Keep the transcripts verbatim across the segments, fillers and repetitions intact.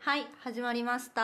はい、始まりました。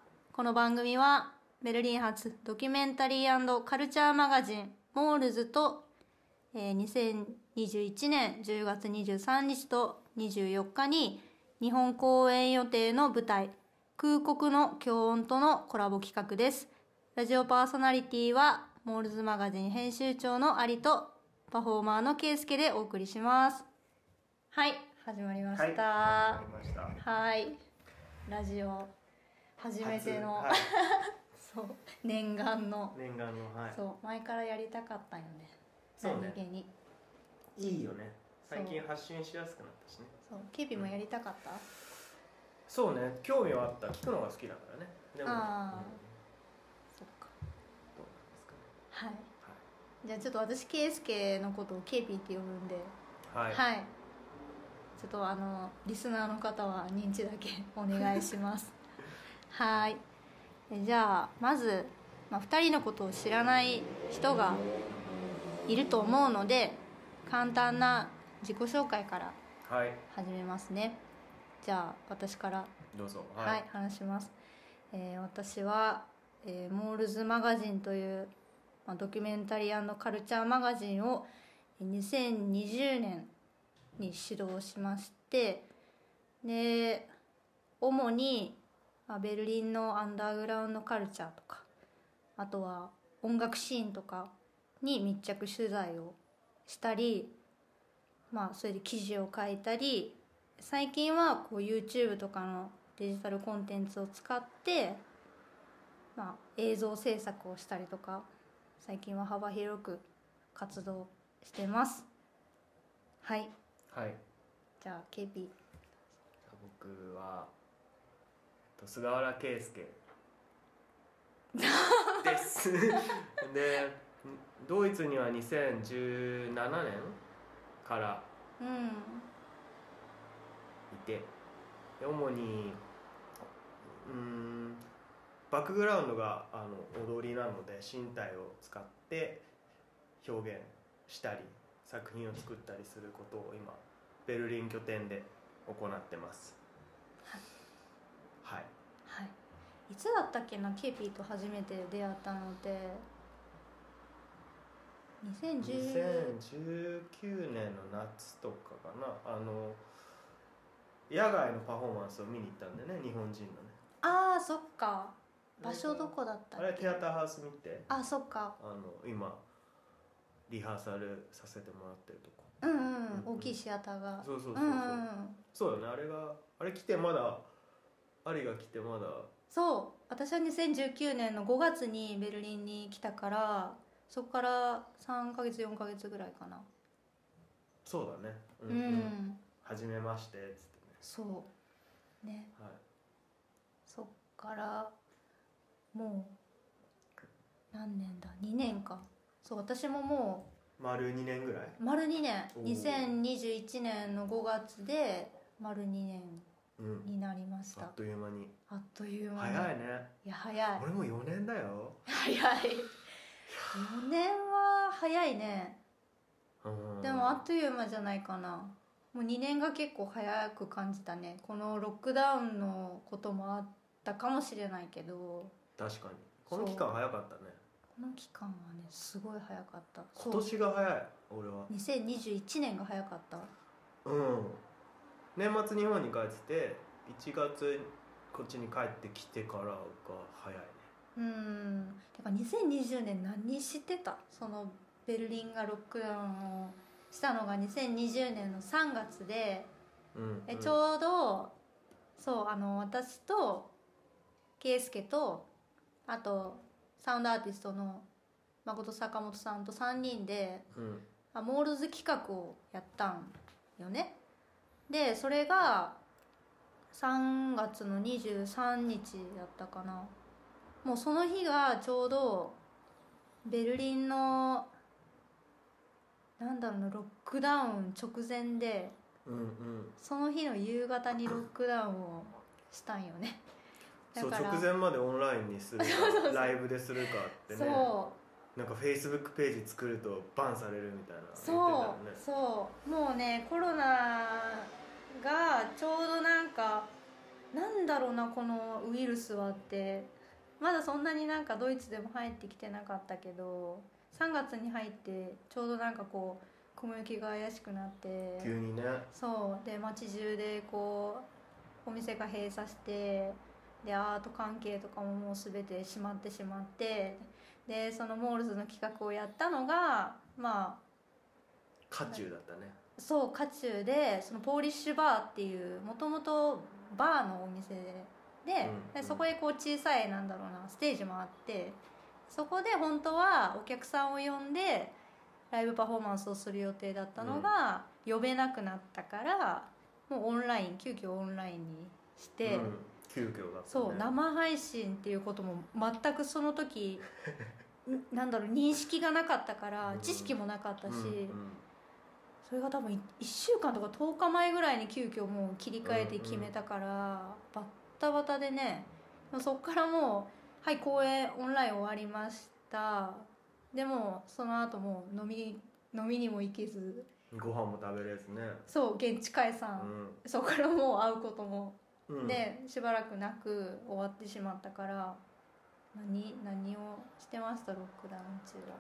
この番組はベルリン発ドキュメンタリー&カルチャーマガジンモールズと、えー、にせんにじゅういちねんじゅうがつにじゅうさんにちとにじゅうよっかに日本公演予定の舞台空国の教音とのコラボ企画です。ラジオパーソナリティはモールズマガジン編集長のアリとパフォーマーのケイスケでお送りします。はい、始まりました。 はい、始まりました。 はい、ラジオ初めての、はい、そう念願の念願の、はい、 そう前からやりたかったよね。 そうね、 何気にいいよね。最近発信しやすくなったしね。 そうケビもやりたかった、うん、 そうね、興味はあった。聞くのが好きだからね。でもああ、うん、そっか。 どうなんですかね。 はい、はい、じゃあちょっと私ケイスケのことをケビって呼ぶんで、 はい、 はい、ちょっとあのリスナーの方は認知だけお願いしますはい。じゃあまず、まあ、ふたりのことを知らない人がいると思うので簡単な自己紹介から始めますね、はい、じゃあ私からどうぞ、 はい、はい、話します、えー、私は、えー、モールズマガジンという、まあ、ドキュメンタリー&カルチャーマガジンをにせんにじゅうねんに始動しまして、で主にベルリンのアンダーグラウンドカルチャーとかあとは音楽シーンとかに密着取材をしたり、まあそれで記事を書いたり、最近はこう YouTube とかのデジタルコンテンツを使って、まあ、映像制作をしたりとか最近は幅広く活動してます。はい、 はい、 じゃあ ケーピー。 僕は菅原圭介ですでドイツにはにせんじゅうななねんからいて、うん、主にうーんバックグラウンドがあの踊りなので身体を使って表現したり作品を作ったりすることを今ベルリン拠点で行ってます。はい、 はい、いつだったっけな、ケーピーと初めて出会ったのってにせんじゅうきゅうねんの夏とかかな。あの野外のパフォーマンスを見に行ったんでね、日本人のね。 ああ、そっか。場所どこだったっけ。 あれテアターハウス見て。 あ、そっか。 あの今リハーサルさせてもらってるとこ。 うんうん、うん、大きいシアターが。 そうそうそうそう、うんうん、そうよね。あれがあれ来てまだアリが来てまだ。 そう、私はにせんじゅうきゅうねんのごがつにベルリンに来たから、そこからさんかげつよんかげつぐらいかな。 そうだね、うん、 うん、 初めましてっつってね。 そうね、 はい、 そっからもう何年だ、にねんか。そう、私ももう丸にねんぐらい。 丸にねん、にせんにじゅういちねんのごがつで丸にねんになりました、うん、 あっという間に。 あっという間に。 早いね。 いや早い。 俺もよねんだよ。 早い。よねんは早いね。でもあっという間じゃないかな。もうにねんが結構早く感じたね。このロックダウンのこともあったかもしれないけど。 確かにこの期間早かったね。 この期間はねすごい早かった。 今年が早い。俺はにせんにじゅういちねんが早かった。 うん、年末日本に帰ってていちがつこっちに帰ってきてからが早いね。 うん、てかにせんにじゅうねん何してた？そのベルリンがロックダウンをしたのがにせんにじゅうねんのさんがつで、うんうん、えちょうどそうあの私と圭介とあとサウンドアーティストの誠坂本さんとさんにんで、うん、あモールズ企画をやったんよね。でそれがさんがつのにじゅうさんにちだったかな。もうその日がちょうどベルリンのなんだろうなロックダウン直前で、うんうん、その日の夕方にロックダウンをしたんよね。 だからそう直前までオンラインにするかライブでするかってね。そうなんかフェイスブックページ作るとバンされるみたいな、ね、 そうそうもうねコロナがちょうどなんかなんだろうなこのウイルスはって、まだそんなになんかドイツでも入ってきてなかったけど、さんがつに入ってちょうどなんかこう雲行きが怪しくなって、 急にね。 そうで街中でこうお店が閉鎖して、でアート関係とかももう全て閉まってしまって、でそのモールズの企画をやったのがまあ渦中だったね。 そう渦中で、そのポーリッシュバーっていうもともとバーのお店で、で、うん、でそこでこう小さいなんだろうなステージもあって、そこで本当はお客さんを呼んでライブパフォーマンスをする予定だったのが、うん、呼べなくなったからもうオンライン急遽オンラインにして、うん、 急遽だった、ね、 そう生配信っていうことも全くその時なんだろう認識がなかったから、知識もなかったし、うんうんうん、それが多分いっしゅうかんとかとおかまえぐらいに急遽もう切り替えて決めたから、うんうん、バッタバタでね、そっからもうはい公演オンライン終わりました。でもその後もう飲み飲みにも行けず、 ご飯も食べれずね、 そう現地解散、うん、そこからもう会うことも、うん、でしばらくなく終わってしまったから、何何をしてましたロックダウン中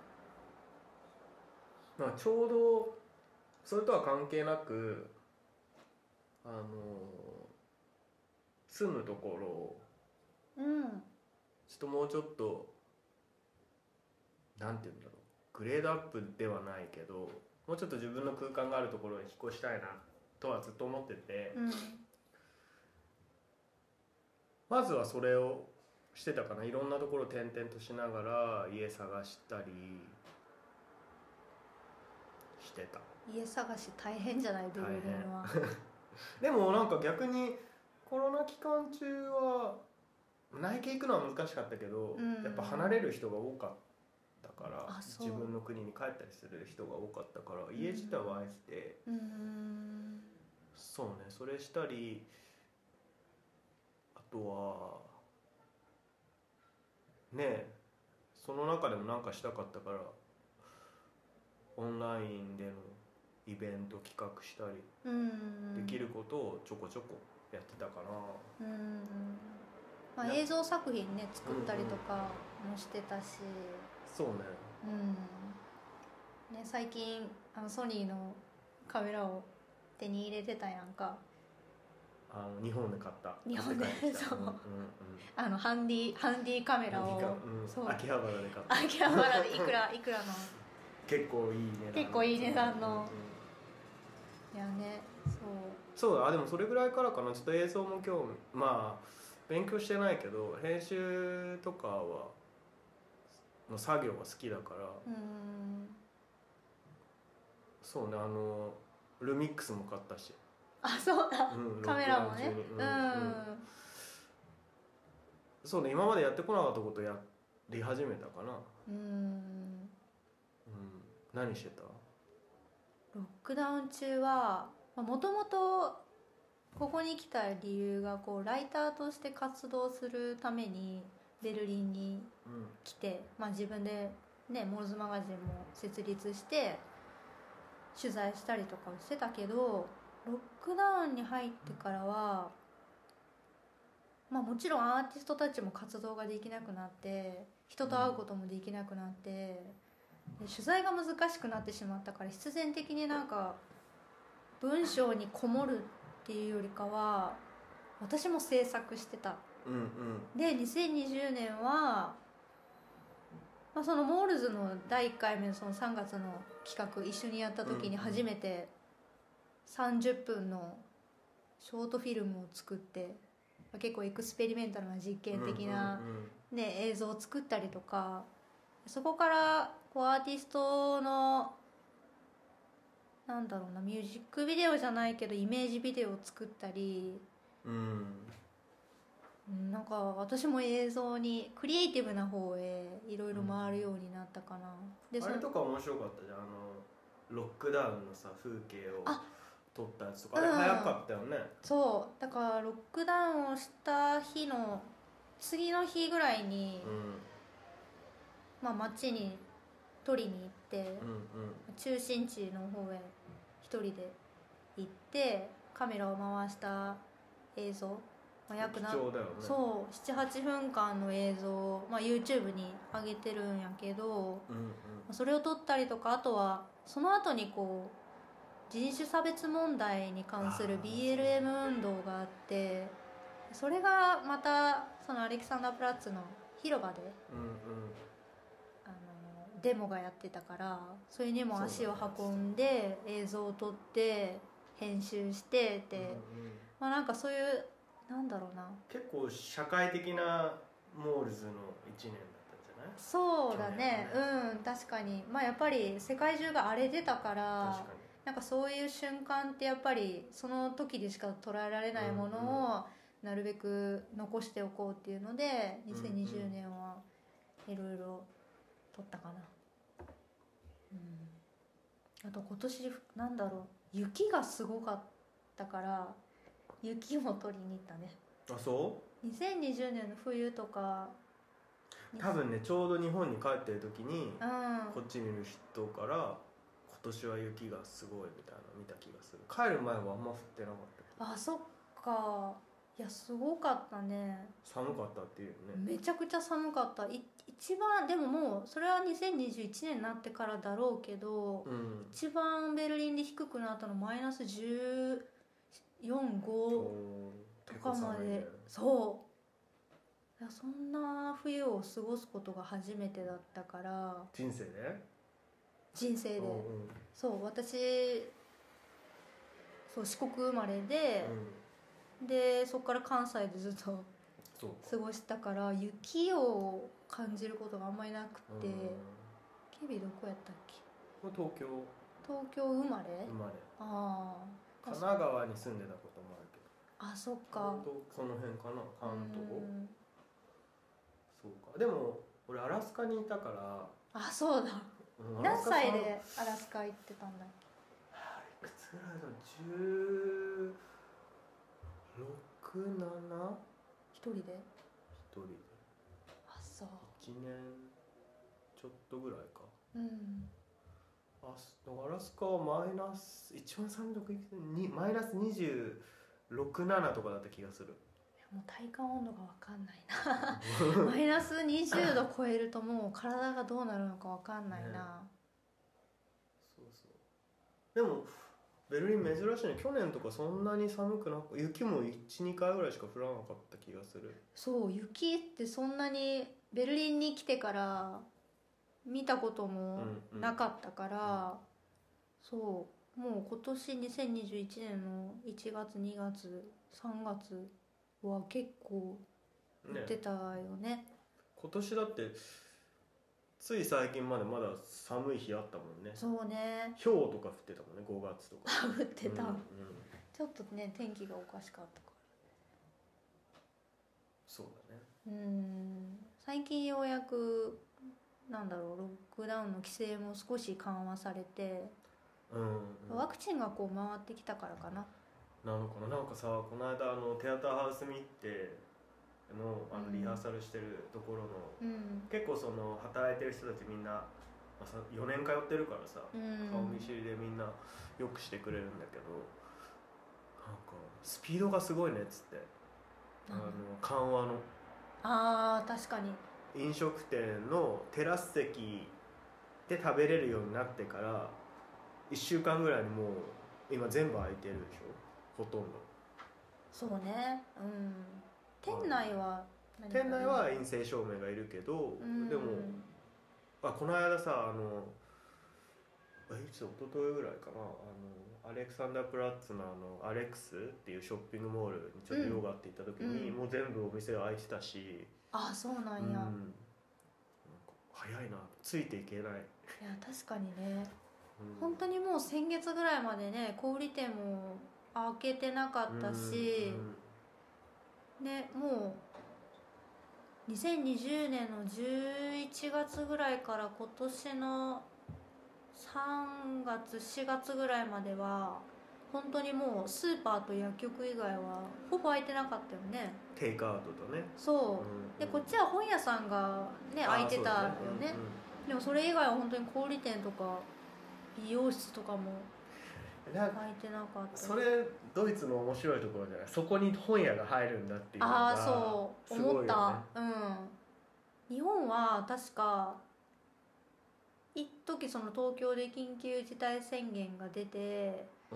は。まあちょうどそれとは関係なく、あの住むところを、 うん、 ちょっともうちょっとなんていうんだろう、グレードアップではないけどもうちょっと自分の空間があるところに引っ越したいなとはずっと思ってて、 うん、 まずはそれをしてたかな。いろんなところ転々としながら家探したりしてた。 家探し大変じゃないベルリンは。 でもなんか逆にコロナ期間中は内見行くのは難しかったけど、うん、やっぱ離れる人が多かったから、自分の国に帰ったりする人が多かったから家自体は空いてて、 うん、 そうね、それしたり、あとはねえその中でも何かしたかったからオンラインでのイベント企画したり、 うん、 できることをちょこちょこやってたかな。 うん、まあ、映像作品ね作ったりとかもしてたし、 そうね、 うん、ね最近あのソニーのカメラを手に入れてたやんか。 あの日本で買った日本でそう、うんうんうん、あのハンディハンディカメラを、 うん、そう秋葉原で買った。 秋葉原でいくらいくらの結構いい値段、 結構いい値段の、うん、いやね、 そうそうだ。でもそれぐらいからかな。ちょっと映像も興味、まあ勉強してないけど編集とかはの作業が好きだから、 うん、 そうね、あのルミックスも買ったし。 あ、そうだ、うん、カメラもね、うん、うん、 そうね、今までやってこなかったことやり始めたかな。 うん、うん、 何してた？ ロックダウン中はもともとここに来た理由がこうライターとして活動するためにベルリンに来て、うん、まあ、自分で、ね、モールズマガジンも設立して取材したりとかしてたけど、ロックダウンに入ってからは、まあ、もちろんアーティストたちも活動ができなくなって人と会うこともできなくなって、で取材が難しくなってしまったから必然的になんか文章にこもるっていうよりかは私も制作してた、 うんうん、 でにせんにじゅうねんは、まあ、そのモールズのだいいっかいめのそのさんがつの企画一緒にやった時に初めてさんじゅっぷんのショートフィルムを作って、結構エクスペリメンタルな実験的な、ね、映像を作ったりとか、そこからこうアーティストのなんだろうな、ミュージックビデオじゃないけどイメージビデオを作ったり、 うん、 なんか私も映像にクリエイティブな方へいろいろ回るようになったかな。 であれとか面白かったじゃん、あのロックダウンのさ風景を撮ったやつとか、あれ早かったよね、うん、 そうだからロックダウンをした日の次の日ぐらいに、うん、まあ街に撮りに行って、うんうん、中心地の方へ一人で行ってカメラを回した映像まあ、約な、 貴重だよね。 そうななはちふんかんの映像を、まあ、YouTube に上げてるんやけど、 うんうん、 それを撮ったりとか、あとはその後にこう人種差別問題に関する ビーエルエム 運動があって、それがまたそのアレキサンダープラッツの広場で、 うんうん、 あのデモがやってたから、それにも足を運んで映像を撮って編集してって、うんうん、まあなんかそういうなんだろうな、 結構社会的なモールズのいちねんだったんじゃない？ そうだ ね, ねうん確かに、まあやっぱり世界中が荒れてたから、確かになんかそういう瞬間ってやっぱりその時でしか捉えられないものをなるべく残しておこうっていうので、にせんにじゅうねんはいろいろ撮ったかな、うん、あと今年なんだろう、雪がすごかったから雪も撮りに行ったね。 あ、そう？ にせんにじゅうねんの冬とか多分ね、ちょうど日本に帰ってる時に、 うん、 こっちにいる人から今年は雪がすごいみたいなの見た気がする。帰る前はあんま降ってなかったけど。 あ、そっか。いやすごかったね。 寒かったっていうね。 めちゃくちゃ寒かった。い一番でももうそれはにせんにじゅういちねんになってからだろうけど、うん、一番ベルリンで低くなったのマイナスじゅうよん、ごとかまで、ね、そうそんな冬を過ごすことが初めてだったから。 人生で人生で、うんうん、そう私そう四国生まれで、うん、でそこから関西でずっと過ごしたから雪を感じることがあんまりなくて、うん、ケビどこやったっけ？ 東京。 東京生まれ？ 生まれ。 ああ。 神奈川に住んでたこともあるけど。 あ、そっか。 その辺かな、関東。そうか。でも俺アラスカにいたから。 あ、そうだ。何歳でアラスカ行ってたんだっけ？ いくつぐらいだろう？じゅうろく、なな？ 一人で？ 一人で。 あ、そう。 いちねんちょっとぐらいか。 うん。 あ、アラスカはマイナス一番寒いとこ行ってマイナスにじゅうろく、ななとかだった気がする。 もう体感温度が分かんないなマイナスにじゅうど超えるともう体がどうなるのか分かんないな、ね、 そうそう。でもベルリン珍しいね。去年とかそんなに寒くなく、雪も いち、にかいぐらいしか降らなかった気がする。 そう、雪ってそんなにベルリンに来てから見たこともなかったから、うんうん、そうもう今年にせんにじゅういちねんのいちがつにがつさんがつは結構降ってたよ ね, ね今年だってつい最近までまだ寒い日あったもんね。 そうね、 ひょうとか降ってたもんね、ごがつとか降ってた、うんうん、ちょっとね天気がおかしかったから。 そうだね。 うん、最近ようやくなんだろう、ロックダウンの規制も少し緩和されて、うんうん、ワクチンがこう回ってきたからかな。 なのかな。なんかさ、この間あのテアターハウスミッテのあのリハーサルしてるところの、うん、結構その働いてる人たちみんな、まあ、さよねん通ってるからさ、うん、顔見知りでみんなよくしてくれるんだけど、なんかスピードがすごいねっつって、うん、あの緩和の。 あー確かに。 飲食店のテラス席で食べれるようになってからいっしゅうかんぐらいにもう今全部空いてるでしょ、ほとんど。 そうね、うん。店内は何か店内は陰性証明がいるけど、うん、でもあこの間さ、あのいつ一昨日ぐらいかな、あのアレクサンダープラッツのあのアレックスっていうショッピングモールにちょっと用があって行った時に、うん、もう全部お店が開いてたし。 あ、そうなんや、うん、なんか早いな、ついていけない。いや確かにね、うん、本当にもう先月ぐらいまでね小売店も開けてなかったし、うんうん、ね、もうにせんにじゅうねんのじゅういちがつぐらいから今年のさんがつしがつぐらいまでは本当にもうスーパーと薬局以外はほぼ開いてなかったよね。 テイクアウトとね。 そう、うんうん、でこっちは本屋さんがね開いてたよね、うんうん、でもそれ以外は本当に小売店とか美容室とかもなん開いてなかった。 それドイツの面白いところじゃない、そこに本屋が入るんだっていうのがああそうすごいよね。 思った。うん日本は確か一時その東京で緊急事態宣言が出て、 うん、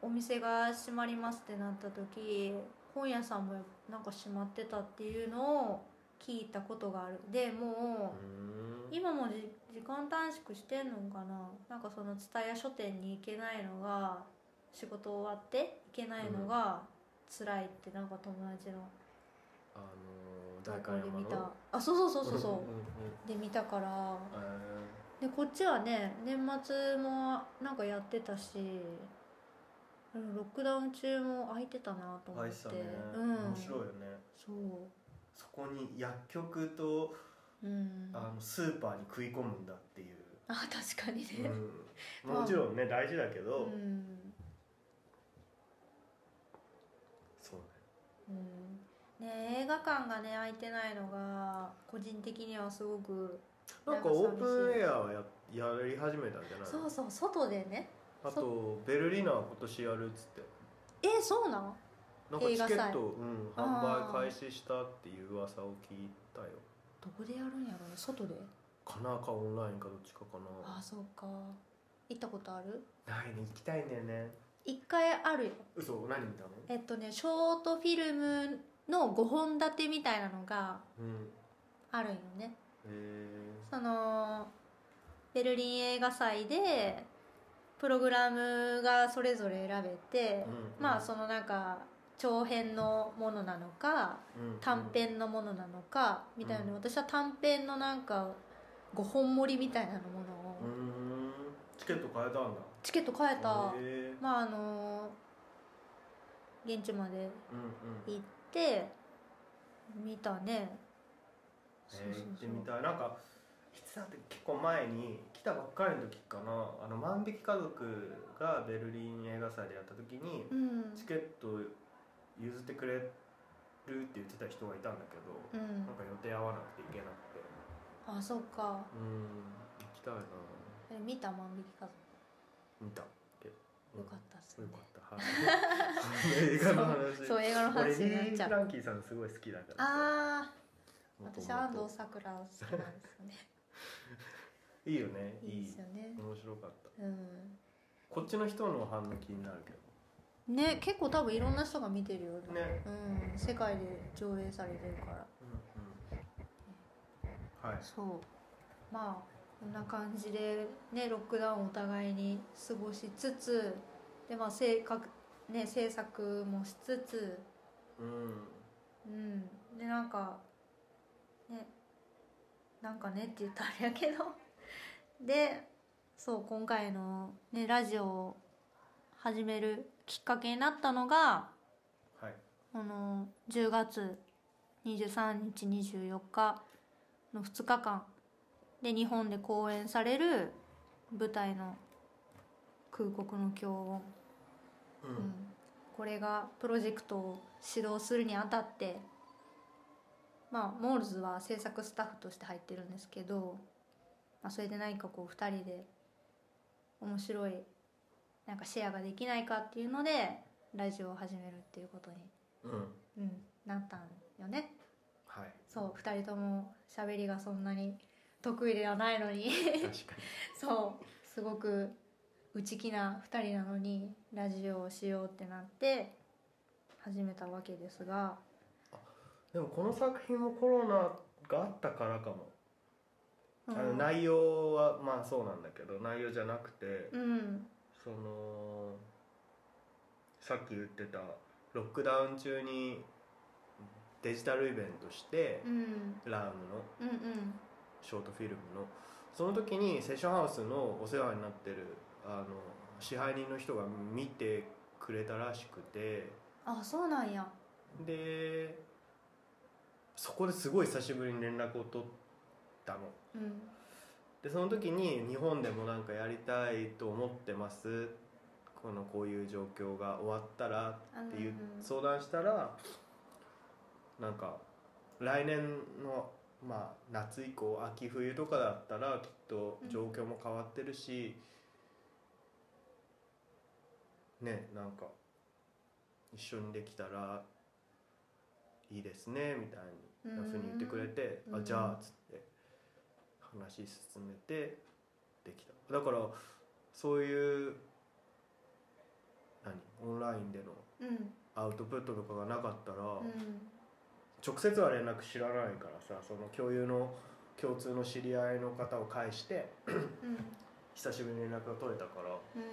お店が閉まりますってなった時、本屋さんもなんか閉まってたっていうのを聞いたことがある。でもう今もじ時間短縮してんのかな。なんかその蔦屋書店に行けないのが、仕事終わって行けないのが辛いってなんか友達のあの投稿で見た。あそうそうそうそうそう、うんうんうん、で見たから、でこっちはね年末もなんかやってたし、ロックダウン中も空いてたなと思って。 空いてたね、うん、面白いよね。 そうそこに薬局と、うん、あのスーパーに食い込むんだっていう。 あ確かにね、 うん、もちろんね大事だけど、 うん、 そうね、うん、ね映画館がね開いてないのが個人的にはすごくなんかオープンエアは や, やり始めたんじゃないの。 そうそう外でね。 あとベルリナは今年やるっつって。 えそうなん。 なんかチケット、うん、販売開始したっていう噂を聞いたよ。 どこでやるんやろね。外でかなかオンラインかどっちかかな。 あそうか。行ったことある？ ないね、行きたいんだよね。 一回あるよ。 嘘、何見たの？ えっとねショートフィルムのごほん立てみたいなのがあるんよね、うん、へそのベルリン映画祭でプログラムがそれぞれ選べて、うんうん、まあそのなんか長編のものなのか、うんうん、短編のものなのかみたいな、うん、私は短編のなんかごほん盛りみたいなものを、 うーんチケット買えたんだ。 チケット買えた。まああの現地まで行って見たね。 えー、行ってみたい。なんかいつだって結構前に来たばっかりの時かな、あの万引き家族がベルリン映画祭でやった時に、うん、チケット譲ってくれるって言ってた人がいたんだけど、うん、なんか予定合わなくて行けなくて。 あそっか。 うん行きたいな。 え見た万引き家族？ 見た。 よかったっすね。 よかった。はい、映画の話。 そう、そう映画の話になっちゃう。 俺リー・フランキーさんすごい好きだから。 ああ。私安藤サクラ好きなんですよね。 いいよね。 いいですよね。 面白かった。 うん。 こっちの人の反応気になるけど。 ね、結構多分いろんな人が見てるよね。 うん、世界で上映されてるから。うんうん。はい。 そう。まあ。こんな感じで、ね、ロックダウンをお互いに過ごしつつで、まあ制作ね、制作もしつつ、うん、うん、でなんかねなんかねって言ったらあれやけどでそう今回の、ね、ラジオを始めるきっかけになったのが、 はい、 このじゅうがつにじゅうさんにちにじゅうよっかのふつかかんで日本で公演される舞台の空国の教音、うんうん、これがプロジェクトを指導するにあたってまあモールズは制作スタッフとして入ってるんですけど、まあ、それで何かこうふたりで面白いなんかシェアができないかっていうのでラジオを始めるっていうことに、うんうん、なったんよね、 はい、 そうふたりとも喋りがそんなに得意ではないのに確かにそうすごく内気なふたりなのにラジオをしようってなって始めたわけですが、 でもこの作品もコロナがあったからかも、うん、あの内容はまあそうなんだけど内容じゃなくて、うん、そのさっき言ってたロックダウン中にデジタルイベントして、うん、ラームの、うんうんショートフィルムのその時にセッションハウスのお世話になってるあの支配人の人が見てくれたらしくて、 あそうなんや。 でそこですごい久しぶりに連絡を取ったの、うん、でその時に日本でもなんかやりたいと思ってます、このこういう状況が終わったらっていう相談したら、なんか来年のまあ、夏以降秋冬とかだったらきっと状況も変わってるし、 ねなんか一緒にできたらいいですねみたいなふうに言ってくれて、あじゃあっつって話進めてできた。だからそういう何オンラインでのアウトプットとかがなかったら、うん、直接は連絡知らないからさ、その共有の共通の知り合いの方を介して、うん、久しぶりに連絡が取れたから、うん、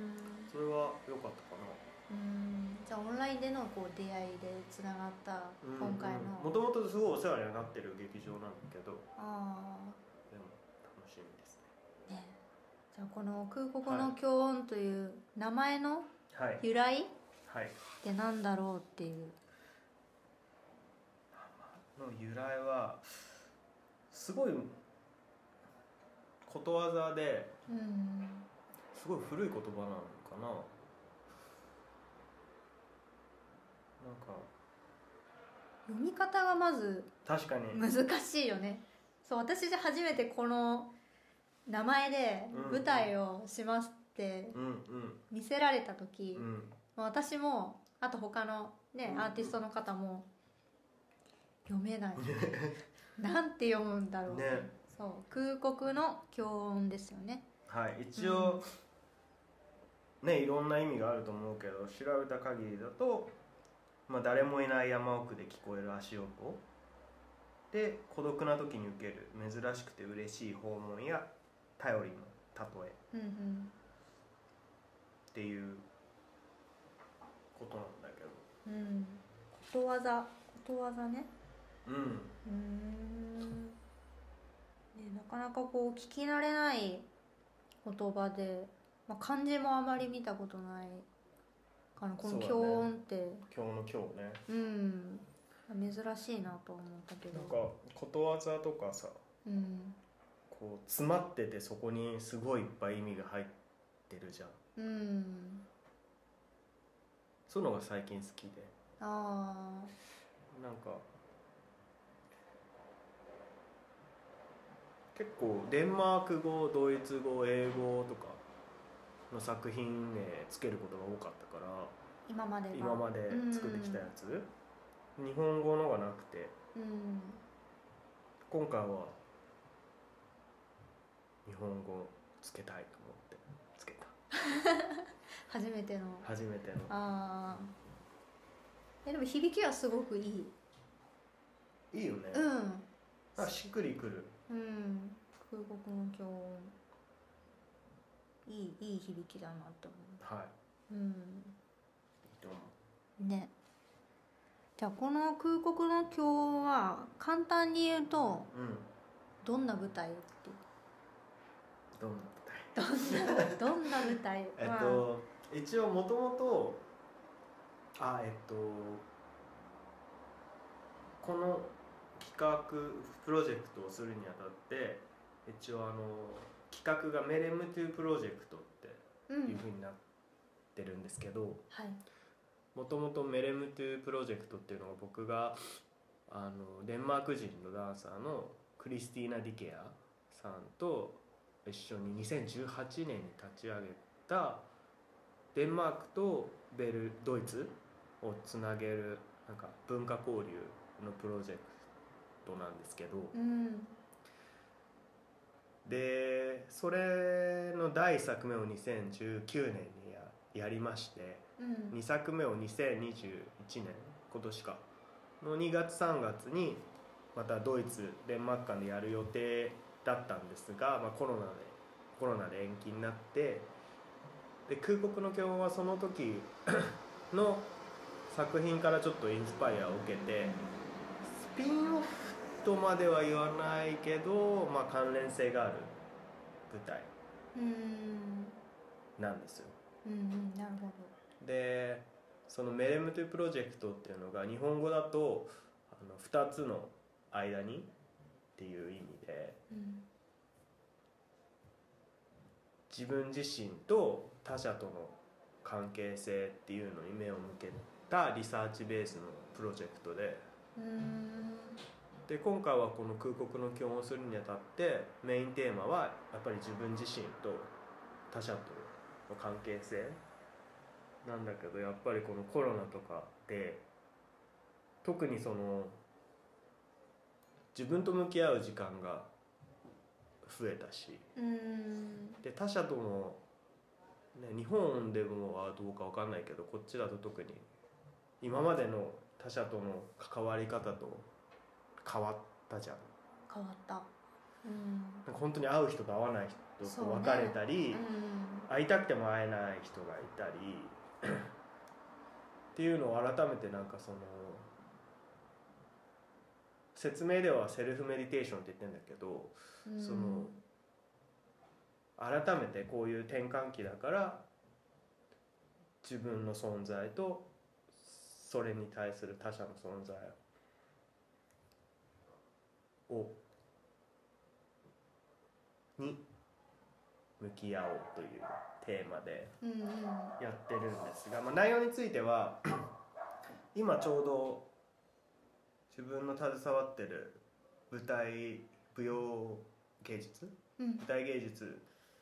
それは良かったかな。 うん、じゃあオンラインでのこう出会いでつながった今回のもともとすごいお世話にはなってる劇場なんだけど、あでも楽しみですね。 ね、じゃあこの空国の教音という名前の由来、はいはい、ってなんだろうっていう。 の由来はすごいことわざで、うん、すごい古い言葉なのかな。なんか読み方がまず確かに難しいよね。そう私じゃ初めてこの名前で舞台をしますって見せられた時、うんうん、私もあと他のね、うん、アーティストの方も読めないなんて読むんだろう、ね、そう空国の教音ですよね。 はい、一応、うん、ねいろんな意味があると思うけど、調べた限りだと、まあ、誰もいない山奥で聞こえる足音で孤独な時に受ける珍しくて嬉しい訪問や頼りの例え、うんうん、っていうことなんだけど、 うん、ことわざことわざね。うんうーん、ね、なかなかこう聞き慣れない言葉で、まあ、漢字もあまり見たことないかな、この教音って、ね、 教の教ね、 うん、珍しいなと思ったけど、 なんかことわざとかさ、うん、こう詰まっててそこにすごいいっぱい意味が入ってるじゃん、うん、そういうのが最近好きで、あなんか結構デンマーク語、ドイツ語、英語とかの作品名つけることが多かったから、 今まで今まで作ってきたやつ、うん、日本語のがなくて、うん、今回は日本語つけたいと思ってつけた初めての初めてのあえでも響きはすごくいい。 いいよね。うんあしっくりくる。 うん空国の教音いいいい響きだなと思う。はい。うん。いいと思う。ね。じゃあこの空国の教音は簡単に言うと、うん、どんな舞台って。 どんな舞台。どんなどんな舞台。 えっと一応もともとあえっとこの企画プロジェクトをするにあたって一応あの企画がメレムトゥプロジェクトっていう風になってるんですけど、もともとメレムトゥプロジェクトっていうのが僕があのデンマーク人のダンサーのクリスティーナ・ディケアさんと一緒ににせんじゅうはちねんに立ち上げたデンマークとベルドイツをつなげるなんか文化交流のプロジェクトなんですけど、うん、でそれのだいいっさくめをにせんじゅうきゅうねんに や, やりまして、うん、にさくめをにせんにじゅういちねん今年かのにがつさんがつにまたドイツデンマーク間でやる予定だったんですが、まあ、コロナでコロナで延期になって、で空国の教音はその時の作品からちょっとインスパイアを受けてスピンオフとまでは言わないけど、まあ、関連性がある舞台なんですよ。 うんうん、なるほど。でそのメレムトゥプロジェクトっていうのが日本語だとあのふたつの間にっていう意味で、うん、自分自身と他者との関係性っていうのに目を向けたリサーチベースのプロジェクトで、うーんで今回はこの空国の教音をするにあたってメインテーマはやっぱり自分自身と他者との関係性なんだけど、やっぱりこのコロナとかで特にその自分と向き合う時間が増えたし、 うんで他者との、ね、日本でもはどうか分かんないけど、こっちだと特に今までの他者との関わり方と変わったじゃん。 変わった、うん、 なんか本当に会う人と会わない人と別れたり、 ね、うん、 会いたくても会えない人がいたりっていうのを改めてなんかその説明ではセルフメディテーションって言ってるんだけど、うん、その改めてこういう転換期だから自分の存在とそれに対する他者の存在をに向き合おうというテーマでやってるんですが、まあ、内容については今ちょうど自分の携わってる舞台舞踊芸術、うん、舞台芸術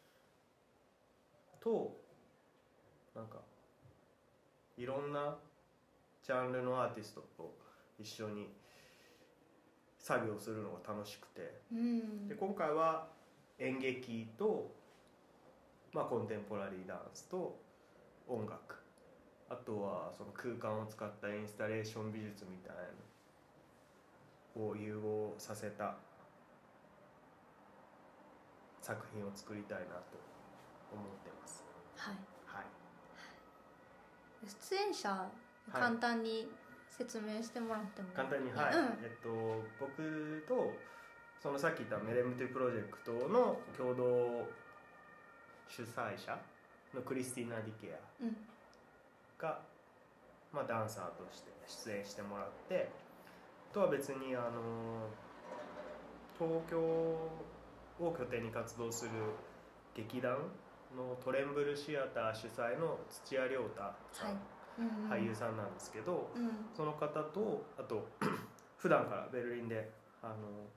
となんかいろんなジャンルのアーティストと一緒に作業するのが楽しくて、うん、で今回は演劇と、まあ、コンテンポラリーダンスと音楽、あとはその空間を使ったインスタレーション美術みたいなのを融合させた作品を作りたいなと思ってます。 はい、 はい、 出演者簡単に説明してもらっても、 はい、簡単に、はい、うん、えっと僕とそのさっき言ったメレムトゥプロジェクトの共同主催者のクリスティーナ・ディケアが、うん、まあ、ダンサーとして出演してもらって、あとは別にあの東京を拠点に活動する劇団のトレンブルシアター主催の土屋亮太さん、はい、うんうん、俳優さんなんですけど、うん、その方とあと普段からベルリンであの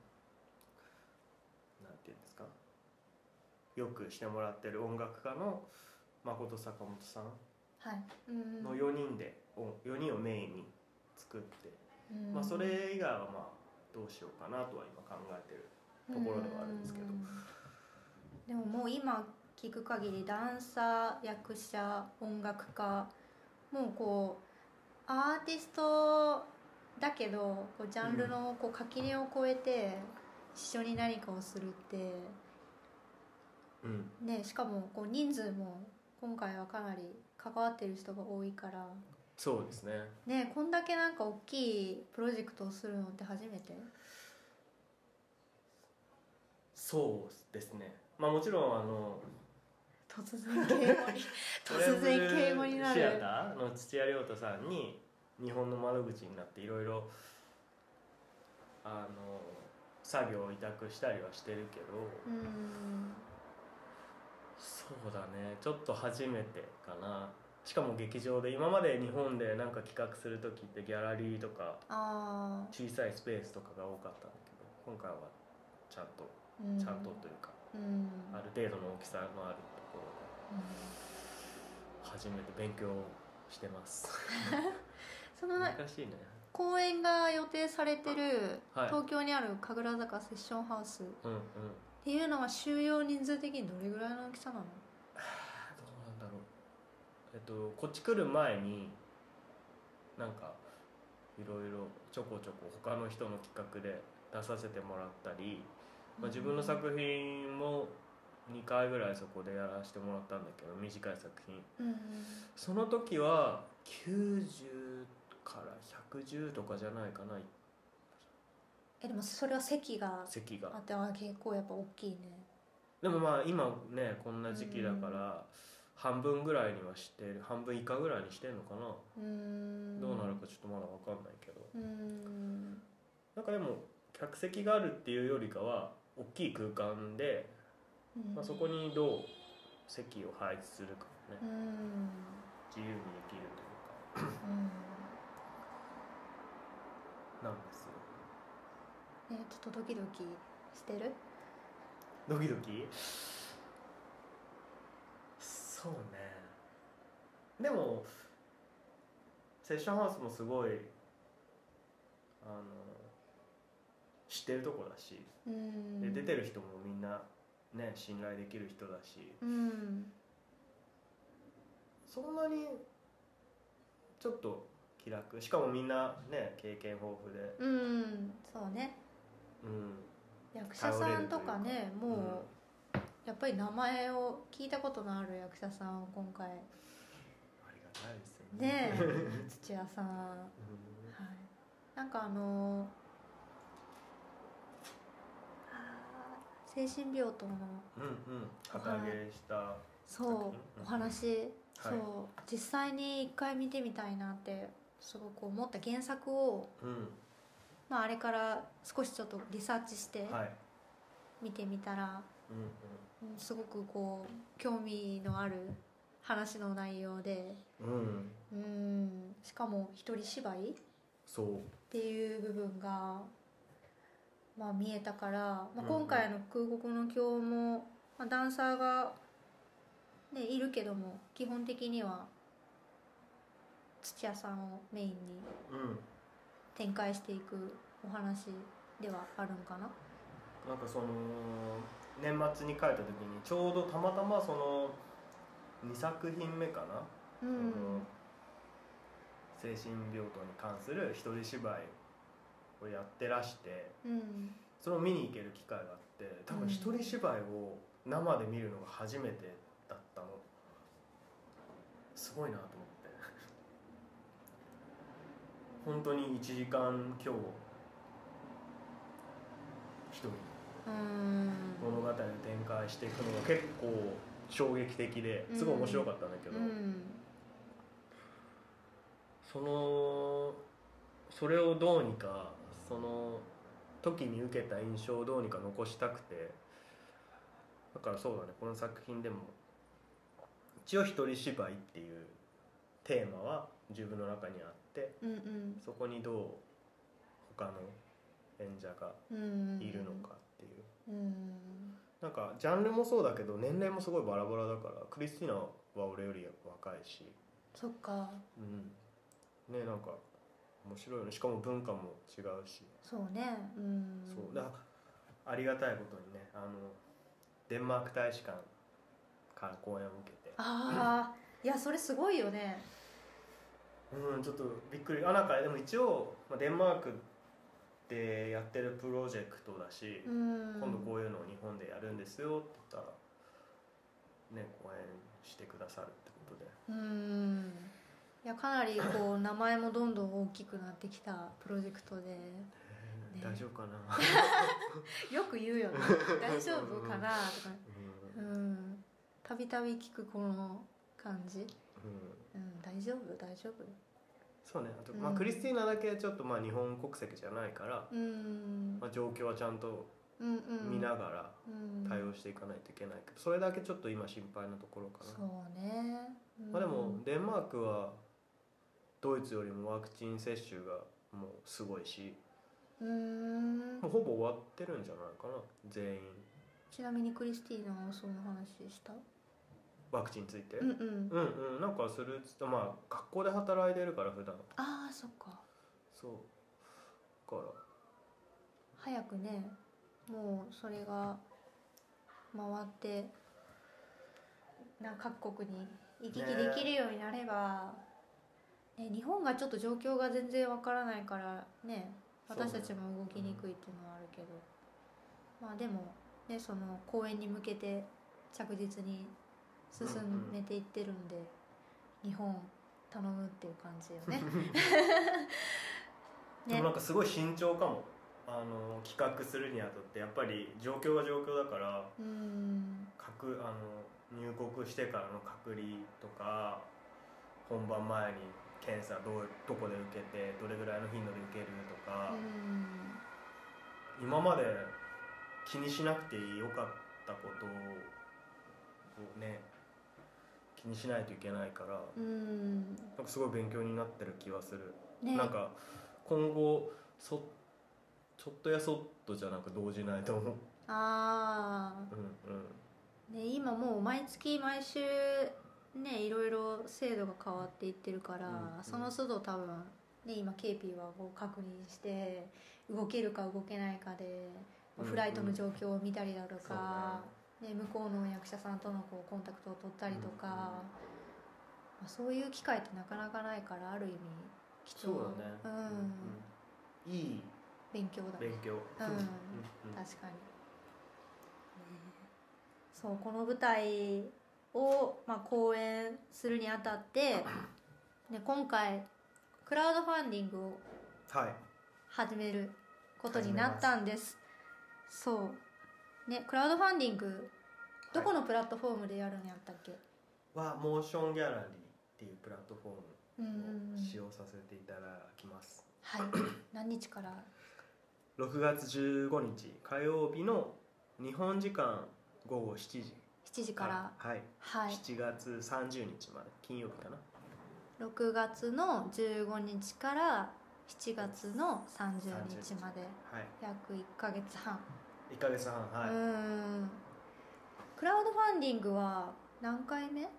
なんていうんですか、よくしてもらってる音楽家の誠坂本さんのよにんでよにんをメインに作って、うん、まあ、それ以外はまあどうしようかなとは今考えてるところではあるんですけど、 でももう今聞く限りダンサー、役者、音楽家、もうこうアーティストだけどこうジャンルのこう垣根を越えて一緒に何かをするって、うん、ね、しかもこう人数も今回はかなり関わってる人が多いから、 そうですね、 ね、こんだけなんか大きいプロジェクトをするのって初めて？ そうですね、まあもちろんあの突然敬語に突然敬語になるシアターの土屋亮太さんに日本の窓口になっていろいろあの作業を委託したりはしてるけど、うん、そうだね、ちょっと初めてかな。しかも劇場で、今まで日本で何か企画する時ってギャラリーとか小さいスペースとかが多かったんだけど、今回はちゃんと、うん、ちゃんとというか、うん、ある程度の大きさのあるところで、うん、初めて勉強してますその難しいね。 公演が予定されてる東京にある神楽坂セッションハウスっていうのは収容人数的にどれぐらいの大きさなの？どうなんだろう、えっとこっち来る前になんかいろいろちょこちょこ他の人の企画で出させてもらったり、まあ、自分の作品もにかいぐらいそこでやらせてもらったんだけど、短い作品、うん、その時はきゅうじゅうからひゃくじゅうとかじゃないかな。 えでもそれは席が席があって結構やっぱ大きいね。 でもまあ今ねこんな時期だから半分ぐらいにはしてる、半分以下ぐらいにしてんのかな。うーん、どうなるかちょっとまだ分かんないけど、うーん、なんかでも客席があるっていうよりかは大きい空間で、まあ、そこにどう席を配置するかね、うん、自由にできるというか、うんなんですよ。 えー、ちょっとドキドキしてる？ ドキドキ？そうね。 でもセッションハウスもすごいあの知ってるとこだし、 うん、 で出てる人もみんなね信頼できる人だし、 うん、 そんなにちょっと気楽、しかもみんなね経験豊富で、 うん、そうね、 うん、 役者さんとかね、もう、うん、やっぱり名前を聞いたことのある役者さんを今回ありがたいですよね。 ねえ土屋さん、うん、はい、なんかあの精神病棟のお話、うんうん、旗揚げしたそうお話、そう、はい、実際に一回見てみたいなってすごく思った原作を、うん、まあ、あれから少しちょっとリサーチして見てみたら、はいうんうん、すごくこう興味のある話の内容で、うん、うんしかも一人芝居っていう部分が、まあ、見えたから、まあ、今回の空国の経も、まあ、ダンサーが、ね、いるけども基本的には土屋さんをメインに展開していくお話ではあるんかな。 なんかその年末に書いた時にちょうどたまたまそのにさくひんめかな、うん、その精神病棟に関する一人芝居をやってらして、うん、それを見に行ける機会があって多分一人芝居を生で見るのが初めてだったの。すごいなと思って本当にいちじかん強一人物語を展開していくのが結構衝撃的ですごい面白かったんだけど、うんうん、そのそれをどうにかその時に受けた印象をどうにか残したくて、だからそうだね、この作品でも一応一人芝居っていうテーマは自分の中にあって、うんうん、そこにどう他の演者がいるのかっていう、うんうん、なんかジャンルもそうだけど年齢もすごいバラバラだから、クリスティーナは俺より若いし、 そっか、 うん、ね、なんか面白いよね。しかも文化も違うし、 そうね、うん、 そうだありがたいことにね、あのデンマーク大使館から講演を受けて、 ああいやそれすごいよね。 うん、ちょっとびっくり。あ、なんかでも一応、まあ、デンマークでやってるプロジェクトだし、うん、今度こういうのを日本でやるんですよって言ったらね、講演してくださるってことで、 うん、いやかなりこう名前もどんどん大きくなってきたプロジェクトで、ね、 大丈夫かなよく言うよね大丈夫かなとか、うん、たびたび聞くこの感じ、うんうん、大丈夫大丈夫。 そうね、あと、まあ、クリスティーナだけちょっとまあ日本国籍じゃないから、うんまあ、状況はちゃんと見ながら対応していかないといけないけど、それだけちょっと今心配なところかな。 そうね、 うんまあ、でもデンマークはドイツよりもワクチン接種がもうすごいし、うーんもうほぼ終わってるんじゃないかな全員。 ちなみにクリスティーナはその話した？ ワクチンについて、 うんうん、 うんうんなんかするっつってまあ学校で働いてるから普段。 ああそっか。 そうから早くねもうそれが回ってな各国に行き来できるようになれば、ねね、日本がちょっと状況が全然わからないからね私たちも動きにくいっていうのはあるけど、まあでもねその公演に向けて着実に進めていってるんで、うんうん、日本頼むっていう感じよねね。でもなんかすごい慎重かも。あの企画するにあたってやっぱり状況が状況だから、うん、各あの入国してからの隔離とか本番前に検査どうどこで受けてどれぐらいの頻度で受けるとか、うん、今まで気にしなくてよかったことをね気にしないといけないから、うん、なんかすごい勉強になってる気はする、ね、なんか今後そちょっとやそっとじゃなく動じないと思う。 ああ、うんうん、ね、今もう毎月毎週ねいろいろ制度が変わっていってるから、 うんうん、 その都度多分、ね、今 ケーピー はこう確認して動けるか動けないかで、うんうん、フライトの状況を見たりだとか、ね、向こうの役者さんとのこうコンタクトを取ったりとか、うんうん、まあ、そういう機会ってなかなかないから、ある意味貴重。 そうだね、うんうん、いい勉強だね。 勉強、うん、 確かに、ね、そうこの舞台を、まあ、公演するにあたって、ね、今回クラウドファンディングを始めることになったんです、はい、そうね、クラウドファンディングどこのプラットフォームでやるんやったっけ、 はモーションギャラリーっていうプラットフォームを使用させていただきます、 うんうんうん、はい何日からろくがつじゅうごにち火曜日の日本時間ごごしちじしちじから、 はい、はい、しちがつさんじゅうにちまで、金曜日かな。 ろくがつのじゅうごにちからしちがつのさんじゅうにちまで、はい、約いっかげつはん。 いっかげつはん、はい。 うん。クラウドファンディングは何回目？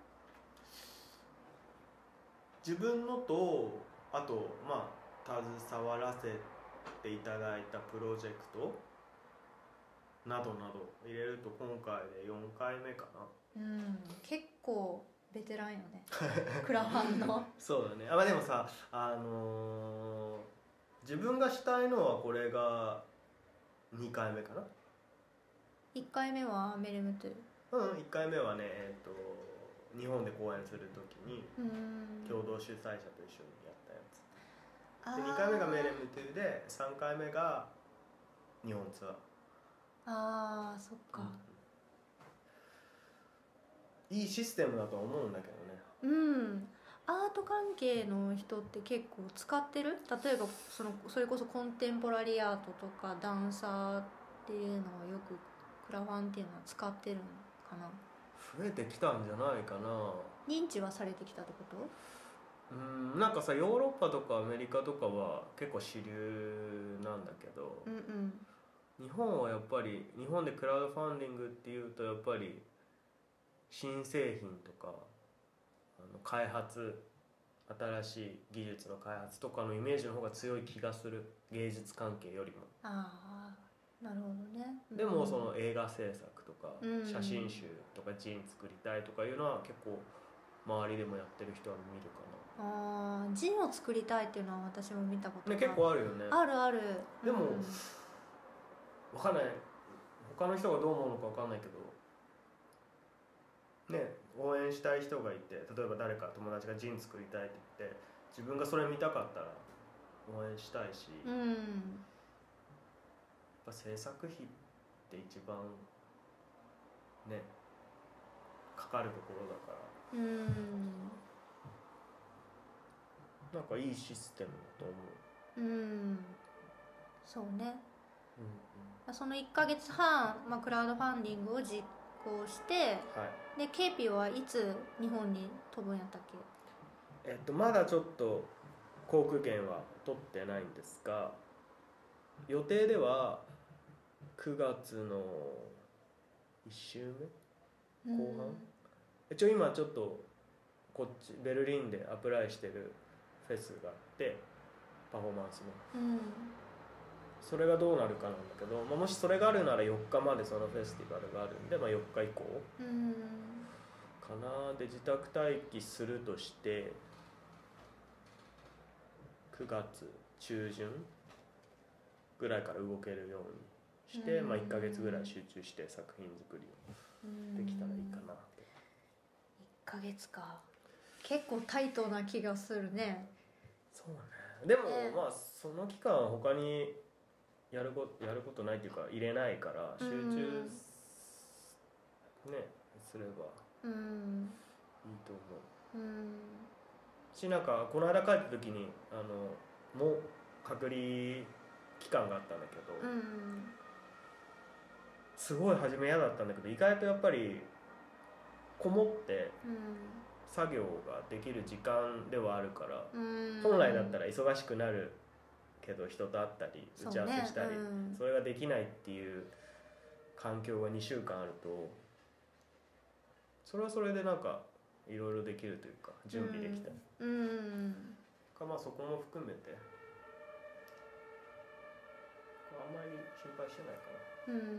自分のとあとまあ携わらせていただいたプロジェクトなどなど入れると今回でよんかいめかな。 うん、結構ベテランよねクラファンのそうだね。あ、まあ、でもさ、あのー、自分がしたいのはこれがにかいめかな。 いっかいめはメルムトゥ。 うん、いっかいめはね、えっと日本で公演するときに共同主催者と一緒にやったやつで、にかいめがメレムトゥで、さんかいめが日本ツアー。 あー、そっか、 うん、いいシステムだと思うんだけどね。うん、アート関係の人って結構使ってる？例えばそのそれこそコンテンポラリーアートとかダンサーっていうのをよくクラファンっていうのは使ってるのかな？ 増えてきたんじゃないかな。 認知はされてきたってこと？ うん、なんかさ、ヨーロッパとかアメリカとかは結構主流なんだけど、 うんうん、 日本はやっぱり、日本でクラウドファンディングっていうとやっぱり新製品とかあの開発、新しい技術の開発とかのイメージの方が強い気がする、芸術関係よりも。 ああ、なるほどね、 うん、でもその映画制作とか、 うん、 写真集とかジン作りたいとかいうのは結構周りでもやってる人は見るかな。 ああ、ジンを作りたいっていうのは私も見たことある、ね、結構あるよね。 あるある。 でも、うん、分かんない、他の人がどう思うのか分かんないけどね、応援したい人がいて、例えば誰か友達がジン作りたいって言って自分がそれ見たかったら応援したいし、うん、やっぱ制作費って一番ねかかるところだから、うん、なんかいいシステムだと思う。うん、 そうね、うんうん、そのいっかげつはん、まあ、クラウドファンディングを実行して、はい、で ケーピー はいつ日本に飛ぶんやったっけ？えっとまだちょっと航空券は取ってないんですが、予定ではくがつのいっしゅうめ後半、一応今ちょっとこっちベルリンでアプライしてるフェスがあって、パフォーマンスの、うん、それがどうなるかなんだけど、まあ、もしそれがあるならよっかまでそのフェスティバルがあるんで、まあ、よっか以降かな。で自宅待機するとしてくがつちゅうじゅんぐらいから動けるようにして、まあ、いっかげつぐらい集中して作品作りをできたらいいかなって。いっかげつか、結構タイトな気がするね。 そうね。でも、えー、まあその期間は他にやることやることないっていうか入れないから集中ねすればいいと思う。うん、し、なんかこの間帰った時にあのもう隔離期間があったんだけど、うん、すごい初め嫌だったんだけど、意外とやっぱりこもって作業ができる時間ではあるから、うん、本来だったら忙しくなるけど人と会ったり打ち合わせしたり そ,、ねうん、それができないっていう環境がにしゅうかんあると、それはそれでなんかいろいろできるというか準備できたり、 うん、うん、 かまあそこも含めてあんまり心配してないかな。 うん、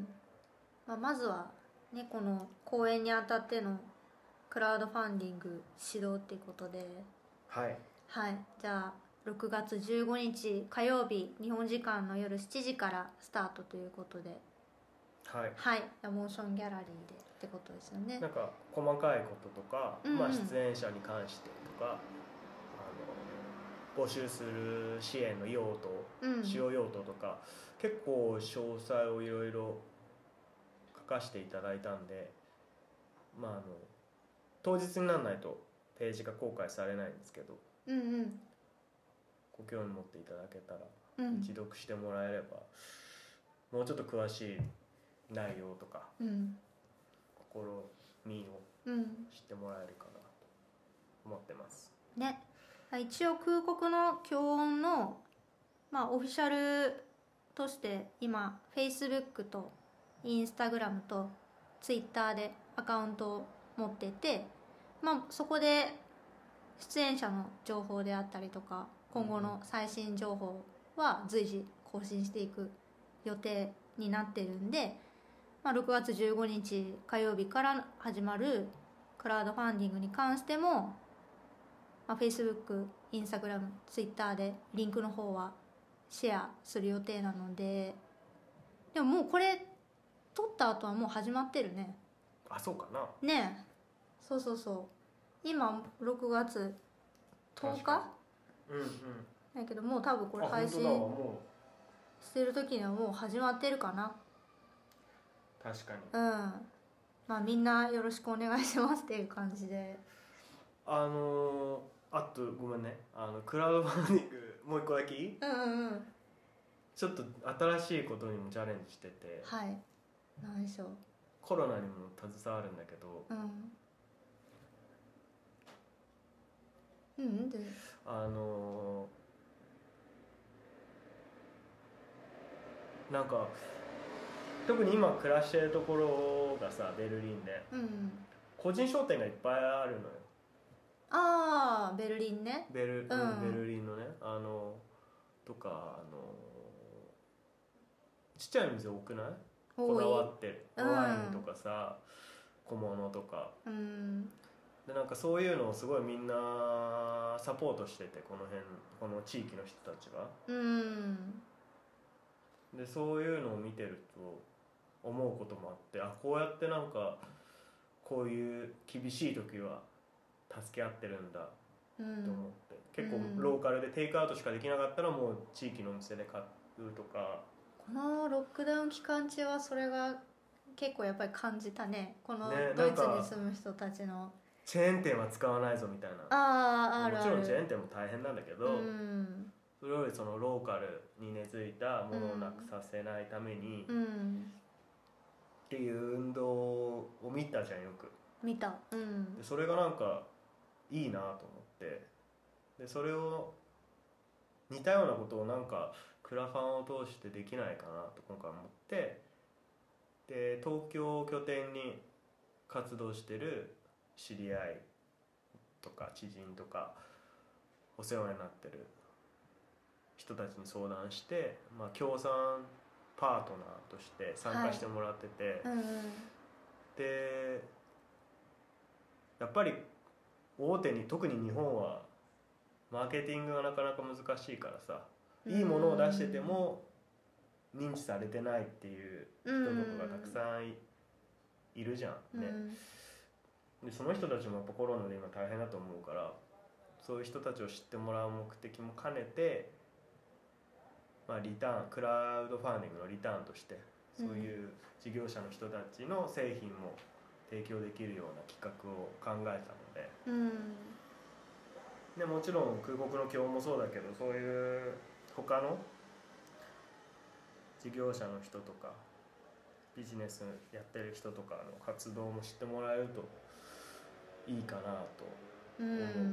まあ、まずはねこの公演にあたってのクラウドファンディング始動っていうことで、 はいはい、じゃあろくがつじゅうごにち火曜日日本時間の夜しちじからスタートということで、 はいはい、モーションギャラリーでってことですよね。 なんか細かいこととか、 うんうん、 まあ、出演者に関してとかあの募集する支援の用途、うん、使用用途とか結構詳細をいろいろ書かせていただいたんで、まあ、あの当日にならないとページが公開されないんですけど、 うんうん、 ご興味持っていただけたら、 うん、 一読してもらえればもうちょっと詳しい内容とか、うん、試みを知ってもらえるかなと思ってますね。一応空国の教音の、まあ、オフィシャルとして今 Facebook と Instagram と Twitter でアカウントを持ってて、まあ、そこで出演者の情報であったりとか今後の最新情報は随時更新していく予定になってるんで、まあ、ろくがつじゅうごにち火曜日から始まるクラウドファンディングに関しても、まあ、Facebook、Instagram、Twitter でリンクの方はシェアする予定なので、でももうこれ撮った後はもう始まってるね。 あ、そうかな。 ねえ、そうそうそう。今ろくがつとおか、うんうん、だけどもう多分これ配信してる時にはもう始まってるかな。 確かに。 うん。まあみんなよろしくお願いしますっていう感じで。 あのー、あとごめんね、あのクラウドファンディングもう一個だけいい？ うんうんうん。 ちょっと新しいことにもチャレンジしてて。 はい。何でしょう。 コロナにも携わるんだけど。 うん。うんで。 あのー、なんか特に今暮らしてるところがさ、ベルリンで、うん、個人商店がいっぱいあるのよ。 ああ、ベルリンね。 ベル、うん、ベルリンのね、あのとか、あのちっちゃい店多くない？こだわってる、うん、ワインとかさ、小物とか、うん、でなんかそういうのをすごいみんなサポートしてて、この辺この地域の人たちが、うん、でそういうのを見てると思うこともあって、あ、こうやってなんかこういう厳しい時は助け合ってるんだと思って、うん、結構ローカルでテイクアウトしかできなかったらもう地域のお店で買うとか。 このロックダウン期間中はそれが結構やっぱり感じたね。このドイツに住む人たちの、ね、 チェーン店は使わないぞみたいな。 ああ、あるある。 もちろんチェーン店も大変なんだけど、うん、それよりそのローカルに根付いたものをなくさせないために、うん、っていう運動を見たじゃん、よく見た、うん、 でそれがなんかいいなと思って、でそれを似たようなことをなんかクラファンを通してできないかなと今回思って、で東京を拠点に活動してる知り合いとか知人とかお世話になってる人たちに相談して、まあ、協賛パートナーとして参加してもらってて、はい、うん、でやっぱり大手に、特に日本はマーケティングがなかなか難しいからさ、いいものを出してても認知されてないっていう人とかがたくさん い, いるじゃんね、でその人たちもやっぱコロナで今大変だと思うから、そういう人たちを知ってもらう目的も兼ねて、まあ、リターンクラウドファンディングのリターンとしてそういう事業者の人たちの製品も提供できるような企画を考えたので、うん、でもちろん空国の教もそうだけど、そういう他の事業者の人とかビジネスやってる人とかの活動も知ってもらえるといいかなと思う、うん、なんで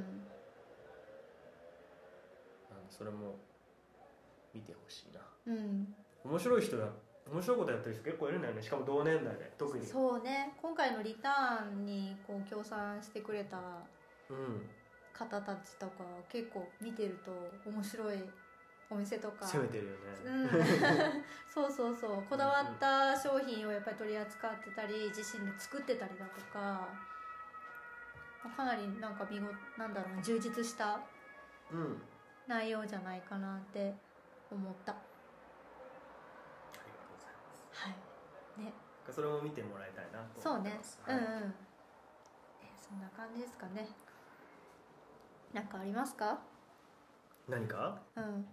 それも見てほしいな、うん、面白い人や面白いことやってる人結構いるんだよね。しかも同年代で特に。 そうね、今回のリターンにこう協賛してくれた方たちとか結構見てると面白いお店とか攻めてるよね、 うん、そうそうそう、こだわった商品をやっぱり取り扱ってたり自身で作ってたりだとか、かなりなんか見事なんだろう、充実した内容じゃないかなって思った。ありがとうございます。 はいね、 それも見てもらいたいなと思ってます。 そうね、はい、うんうん、ね、そんな感じですかね。なんかありますか？ 何か？うんうん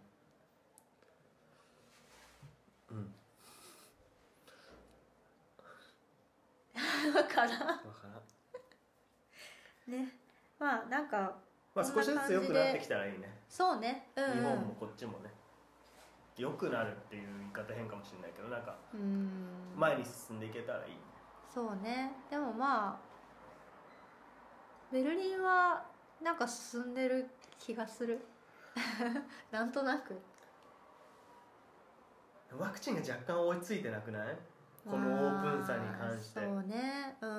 わからんわからんね。まあなんかまあ少しずつ良くなってきたらいいね。 そうね、うんうん、 日本もこっちもね良くなるっていう言い方変かもしれないけど、なんか前に進んでいけたらいい。 そうね。でもまあベルリンはなんか進んでる気がするなんとなくワクチンが若干追いついてなくない？このオープンさに関して。 そうね、うん。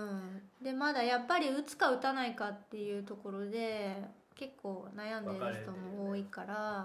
でまだやっぱり打つか打たないかっていうところで結構悩んでる人も多いから、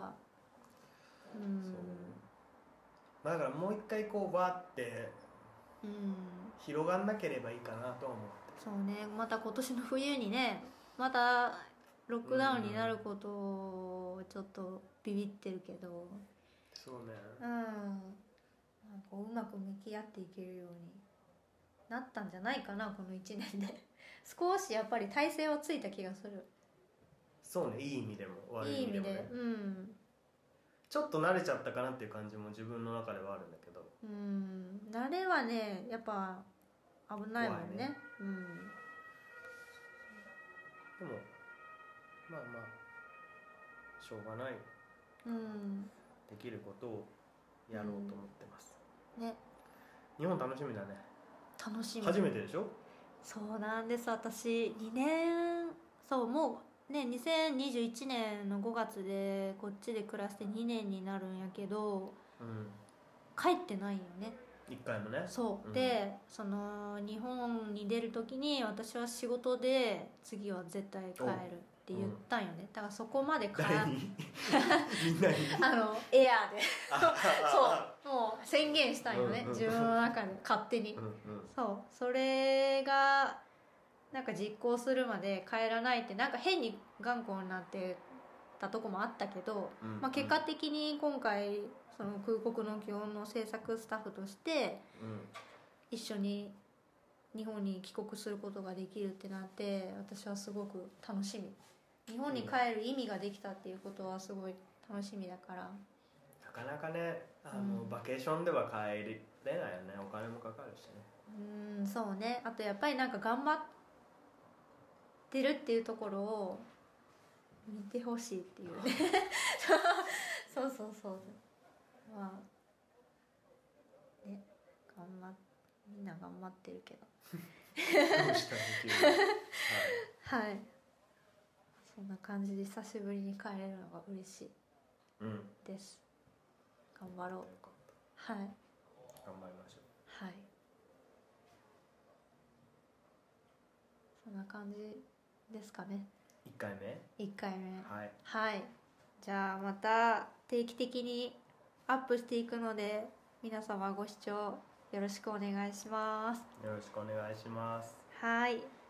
うん、そうだからもう一回こうバーって広がんなければいいかなとは思って。 そうね、また今年の冬にねまたロックダウンになることをちょっとビビってるけど、 そうね、 うん、なんかうまく向き合っていけるようになったんじゃないかなこのいちねんで少しやっぱり体勢はついた気がする。 そうね、いい意味でも悪い意味でもね、いい意味で、うん、ちょっと慣れちゃったかなっていう感じも自分の中ではあるんだけど、 うん、慣れはねやっぱ危ないもんね、ね、うん、 でもまあまあしょうがない、うん、できることをやろうと思ってます、うん、ね。日本楽しみだね。 楽しみ。 初めてでしょ？ そうなんです。私にねん、そうもうねにせんにじゅういちねんのごがつでこっちで暮らしてにねんになるんやけど、うん、帰ってないよね一回もね。 そう、うん、でその日本に出る時に私は仕事で次は絶対帰るって言ったんよね、うん、だからそこまでから誰にみんなにあのエアーでそうもう宣言したんよね、うんうん、自分の中で勝手に、うんうん、そうそれがなんか実行するまで帰らないってなんか変に頑固になってたとこもあったけど、うんうん、まあ、結果的に今回その空国の基本の制作スタッフとして一緒に日本に帰国することができるってなって私はすごく楽しみ。日本に帰る意味ができたっていうことはすごい楽しみだから。 なかなかねあの、うん、バケーションでは帰れないよね。お金もかかるしね。 うんそうね。あとやっぱりなんか頑張ってるっていうところを見てほしいっていうねそうそうそうまあね頑張っみんな頑張ってるけどどうしたの急にはい、はい、そんな感じで久しぶりに帰れるのが嬉しいです、うん、頑張ろう。はい頑張りましょう。 はいそんな感じですかね。 いっかいめいっかいめはい、 はい、じゃあまた定期的にアップしていくので皆様ご視聴よろしくお願いします。 よろしくお願いします。 はい。